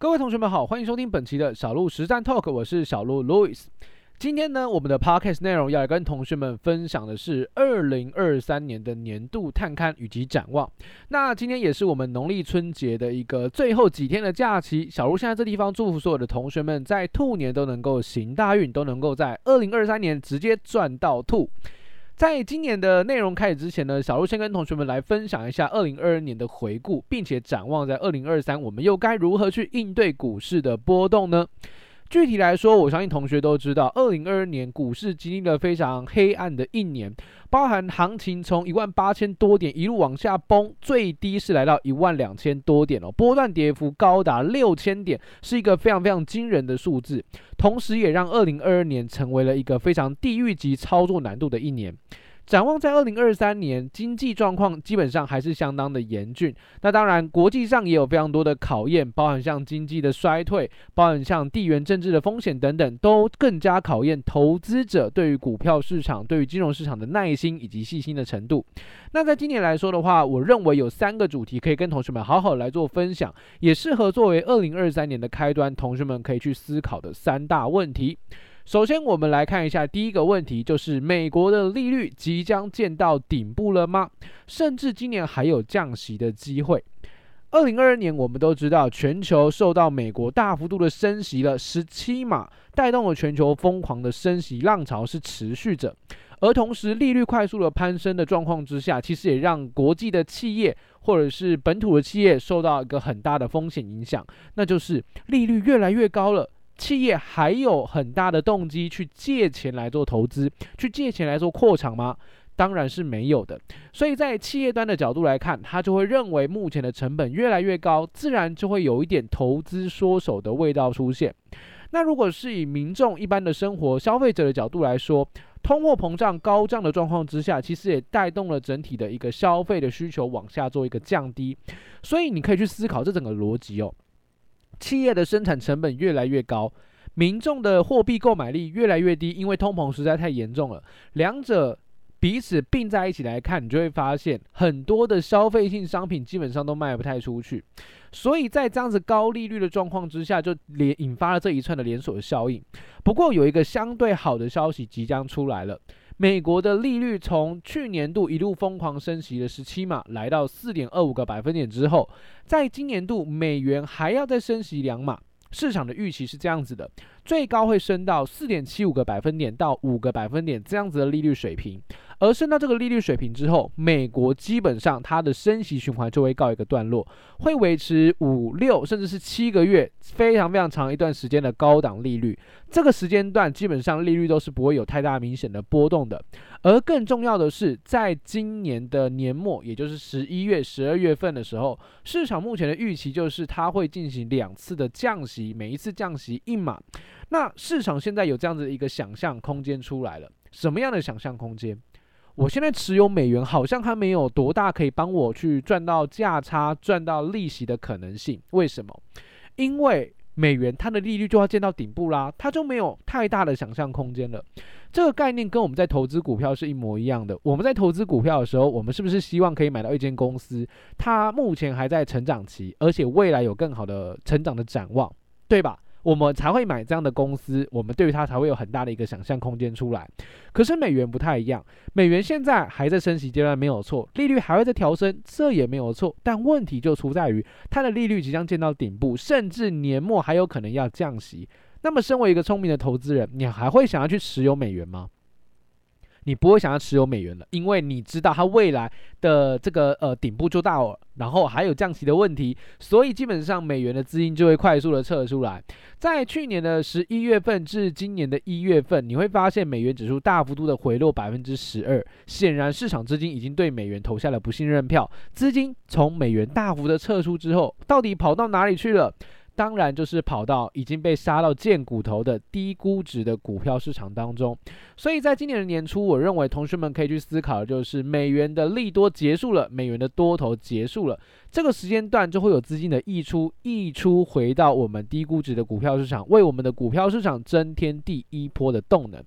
各位同学们好，欢迎收听本期的小鹿实战 Talk， 我是小鹿 Louis。今天呢，我们的 Podcast 内容要来跟同学们分享的是2023年的年度探勘以及展望。那今天也是我们农历春节的一个最后几天的假期，小鹿现在这地方祝福所有的同学们在兔年都能够行大运，都能够在2023年直接赚到兔。在今年的内容开始之前呢，小鹿先跟同学们来分享一下2022年的回顾，并且展望在2023我们又该如何去应对股市的波动呢？具体来说，我相信同学都知道2022年股市经历了非常黑暗的一年，包含行情从18000多点一路往下崩，最低是来到12000多点波段跌幅高达6000点，是一个非常非常惊人的数字，同时也让2022年成为了一个非常地狱级操作难度的一年。展望在2023年，经济状况基本上还是相当的严峻。那当然，国际上也有非常多的考验，包含像经济的衰退，包含像地缘政治的风险等等，都更加考验投资者对于股票市场、对于金融市场的耐心以及细心的程度。那在今年来说的话，我认为有3个主题可以跟同学们好好来做分享，也适合作为2023年的开端，同学们可以去思考的3大问题。首先，我们来看一下第一个问题，就是美国的利率即将见到顶部了吗？甚至今年还有降息的机会。2022年，我们都知道全球受到美国大幅度的升息了17码，带动了全球疯狂的升息浪潮是持续着。而同时，利率快速的攀升的状况之下，其实也让国际的企业或者是本土的企业受到一个很大的风险影响，那就是利率越来越高了。企业还有很大的动机去借钱来做投资，去借钱来做扩厂吗？当然是没有的。所以在企业端的角度来看，他就会认为目前的成本越来越高，自然就会有一点投资缩手的味道出现。那如果是以民众一般的生活消费者的角度来说，通货膨胀高涨的状况之下，其实也带动了整体的一个消费的需求往下做一个降低。所以你可以去思考这整个逻辑企业的生产成本越来越高，民众的货币购买力越来越低，因为通膨实在太严重了。两者彼此并在一起来看，你就会发现很多的消费性商品基本上都卖不太出去。所以在这样子高利率的状况之下，就引发了这一串的连锁效应。不过有一个相对好的消息即将出来了。美国的利率从去年度一路疯狂升息了17码，来到 4.25 个百分点之后，在今年度美元还要再升息2码，市场的预期是这样子的，最高会升到 4.75 个百分点到5个百分点这样子的利率水平。而升到这个利率水平之后，美国基本上它的升息循环就会告一个段落，会维持5、6甚至是7个月非常非常长一段时间的高档利率。这个时间段基本上利率都是不会有太大明显的波动的。而更重要的是，在今年的年末，也就是11月、12月份的时候，市场目前的预期就是它会进行2次的降息，每一次降息1码。那市场现在有这样子的一个想象空间出来了。什么样的想象空间？我现在持有美元，好像它没有多大可以帮我去赚到价差、赚到利息的可能性。为什么？因为美元它的利率就要见到顶部啦，它就没有太大的想象空间了。这个概念跟我们在投资股票是一模一样的。我们在投资股票的时候，我们是不是希望可以买到一间公司，它目前还在成长期，而且未来有更好的成长的展望，对吧？我们才会买这样的公司，我们对于它才会有很大的一个想象空间出来。可是美元不太一样，美元现在还在升息阶段没有错，利率还会再调升，这也没有错。但问题就出在于它的利率即将见到顶部，甚至年末还有可能要降息。那么身为一个聪明的投资人，你还会想要去持有美元吗？你不会想要持有美元了，因为你知道它未来的这个顶部就到了，然后还有降息的问题，所以基本上美元的资金就会快速的撤出来。在去年的11月份至今年的1月份，你会发现美元指数大幅度的回落 12%， 显然市场资金已经对美元投下了不信任票，资金从美元大幅的撤出之后，到底跑到哪里去了？当然就是跑到已经被杀到见骨头的低估值的股票市场当中。所以在今年的年初，我认为同学们可以去思考的就是美元的利多结束了，美元的多头结束了，这个时间段就会有资金的溢出回到我们低估值的股票市场，为我们的股票市场增添第一波的动能。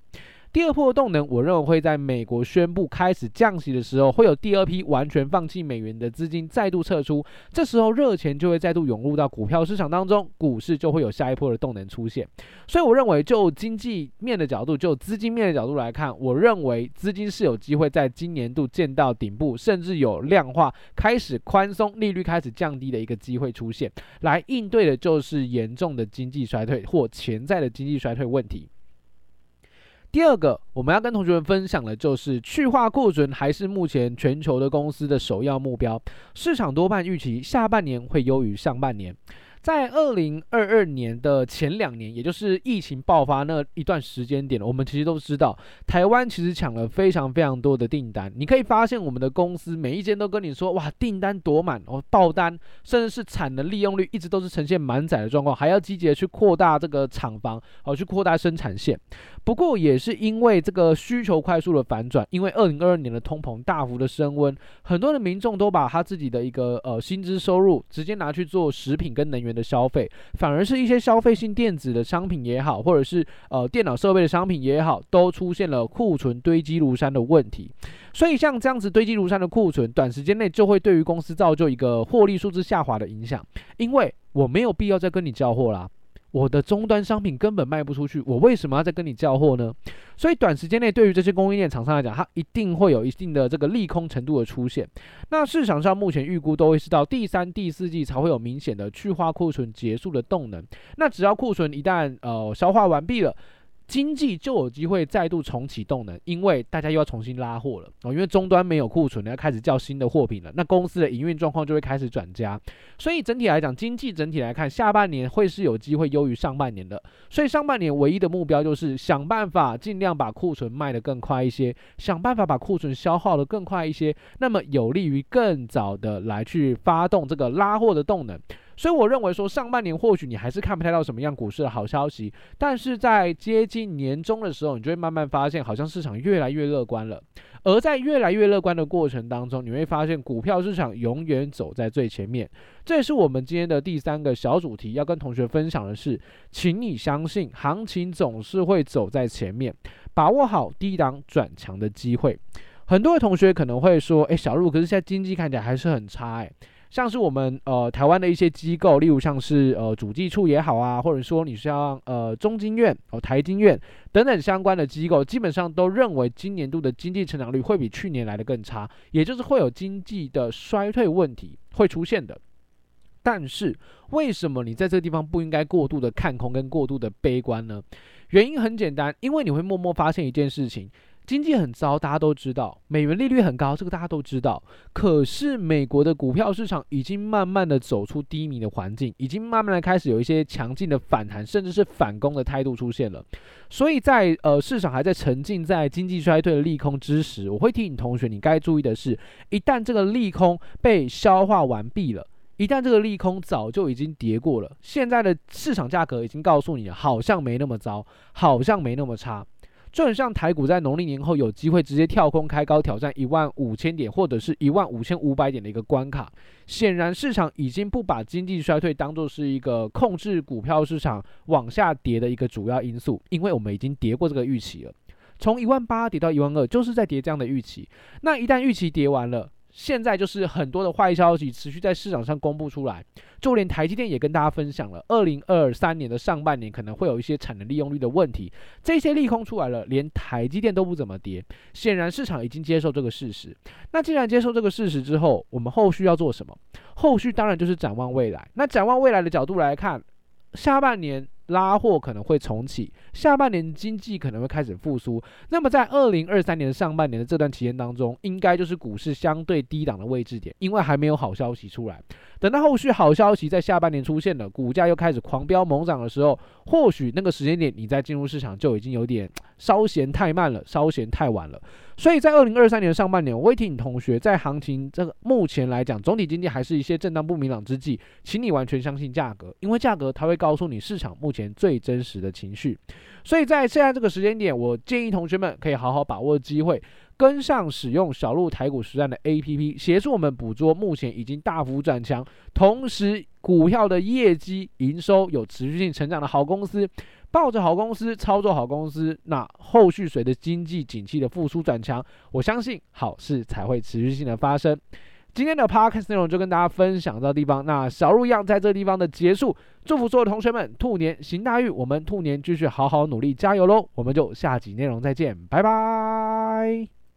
第二波动能，我认为会在美国宣布开始降息的时候，会有第二批完全放弃美元的资金再度撤出，这时候热钱就会再度涌入到股票市场当中，股市就会有下一波的动能出现。所以我认为就经济面的角度，就资金面的角度来看，我认为资金是有机会在今年度见到顶部，甚至有量化开始宽松，利率开始降低的一个机会出现，来应对的就是严重的经济衰退或潜在的经济衰退问题。第二个，我们要跟同学们分享的就是去化库存还是目前全球的公司的首要目标。市场多半预期下半年会优于上半年。在2022年的前2年，也就是疫情爆发那一段时间点，我们其实都知道，台湾其实抢了非常非常多的订单。你可以发现，我们的公司每一间都跟你说，哇，订单多满哦，爆单，甚至是产能利用率一直都是呈现满载的状况，还要积极的去扩大这个厂房，去扩大生产线。不过也是因为这个需求快速的反转，因为2022年的通膨大幅的升温，很多的民众都把他自己的一个薪资收入直接拿去做食品跟能源的消费，反而是一些消费性电子的商品也好，或者是电脑设备的商品也好，都出现了库存堆积如山的问题。所以像这样子堆积如山的库存，短时间内就会对于公司造就一个获利数字下滑的影响，因为我没有必要再跟你交货啦。我的终端商品根本卖不出去，我为什么要再跟你交货呢？所以短时间内对于这些供应链厂商来讲，它一定会有一定的这个利空程度的出现。那市场上目前预估都会是到第3、第4季才会有明显的去化库存结束的动能。那只要库存一旦消化完毕了，经济就有机会再度重启动能，因为大家又要重新拉货了因为终端没有库存了，要开始叫新的货品了，那公司的营运状况就会开始转佳。所以整体来讲，经济整体来看，下半年会是有机会优于上半年的。所以上半年唯一的目标就是想办法尽量把库存卖得更快一些，想办法把库存消耗得更快一些，那么有利于更早的来去发动这个拉货的动能。所以我认为说，上半年或许你还是看不太到什么样股市的好消息，但是在接近年中的时候，你就会慢慢发现，好像市场越来越乐观了。而在越来越乐观的过程当中，你会发现股票市场永远走在最前面。这也是我们今天的第3个小主题，要跟同学分享的是，请你相信，行情总是会走在前面，把握好低档转强的机会。很多的同学可能会说，小路，可是现在经济看起来还是很差像是我们台湾的一些机构，例如像是主计处也好啊，或者说你像中经院、台经院等等相关的机构，基本上都认为今年度的经济成长率会比去年来的更差，也就是会有经济的衰退问题会出现的。但是为什么你在这个地方不应该过度的看空跟过度的悲观呢？原因很简单，因为你会默默发现一件事情。经济很糟，大家都知道，美元利率很高，这个大家都知道。可是美国的股票市场已经慢慢的走出低迷的环境，已经慢慢的开始有一些强劲的反弹，甚至是反攻的态度出现了。所以在市场还在沉浸在经济衰退的利空之时，我会提醒同学，你该注意的是，一旦这个利空被消化完毕了，一旦这个利空早就已经跌过了，现在的市场价格已经告诉你了，好像没那么糟，好像没那么差。就很像台股在农历年后有机会直接跳空开高挑战15000点或者是15500点的一个关卡，显然市场已经不把经济衰退当作是一个控制股票市场往下跌的一个主要因素，因为我们已经跌过这个预期了，从18000跌到12000就是在跌这样的预期。那一旦预期跌完了，现在就是很多的坏消息持续在市场上公布出来，就连台积电也跟大家分享了2023年的上半年可能会有一些产能利用率的问题，这些利空出来了，连台积电都不怎么跌，显然市场已经接受这个事实。那既然接受这个事实之后，我们后续要做什么？后续当然就是展望未来。那展望未来的角度来看，下半年拉货可能会重启，下半年经济可能会开始复苏。那么在2023年上半年的这段期间当中，应该就是股市相对低档的位置点，因为还没有好消息出来。等到后续好消息在下半年出现了，股价又开始狂飙猛涨的时候，或许那个时间点你再进入市场就已经有点稍嫌太慢了，稍嫌太晚了。所以在2023年上半年，我会提醒同学，在行情这个目前来讲，总体经济还是一些震荡不明朗之际，请你完全相信价格，因为价格它会告诉你市场目前最真实的情绪。所以在现在这个时间点，我建议同学们可以好好把握机会，跟上使用小路台股实战的 APP， 协助我们捕捉目前已经大幅转强，同时股票的业绩营收有持续性成长的好公司， 抱着好公司，操作好公司，那后续随着经济景气的复苏转强，我相信好事才会持续性的发生。今天的 podcast 内容就跟大家分享到地方，那小鹿一样在这个地方的结束，祝福所有的同学们兔年行大运，我们兔年继续好好努力加油喽，我们就下集内容再见，拜拜。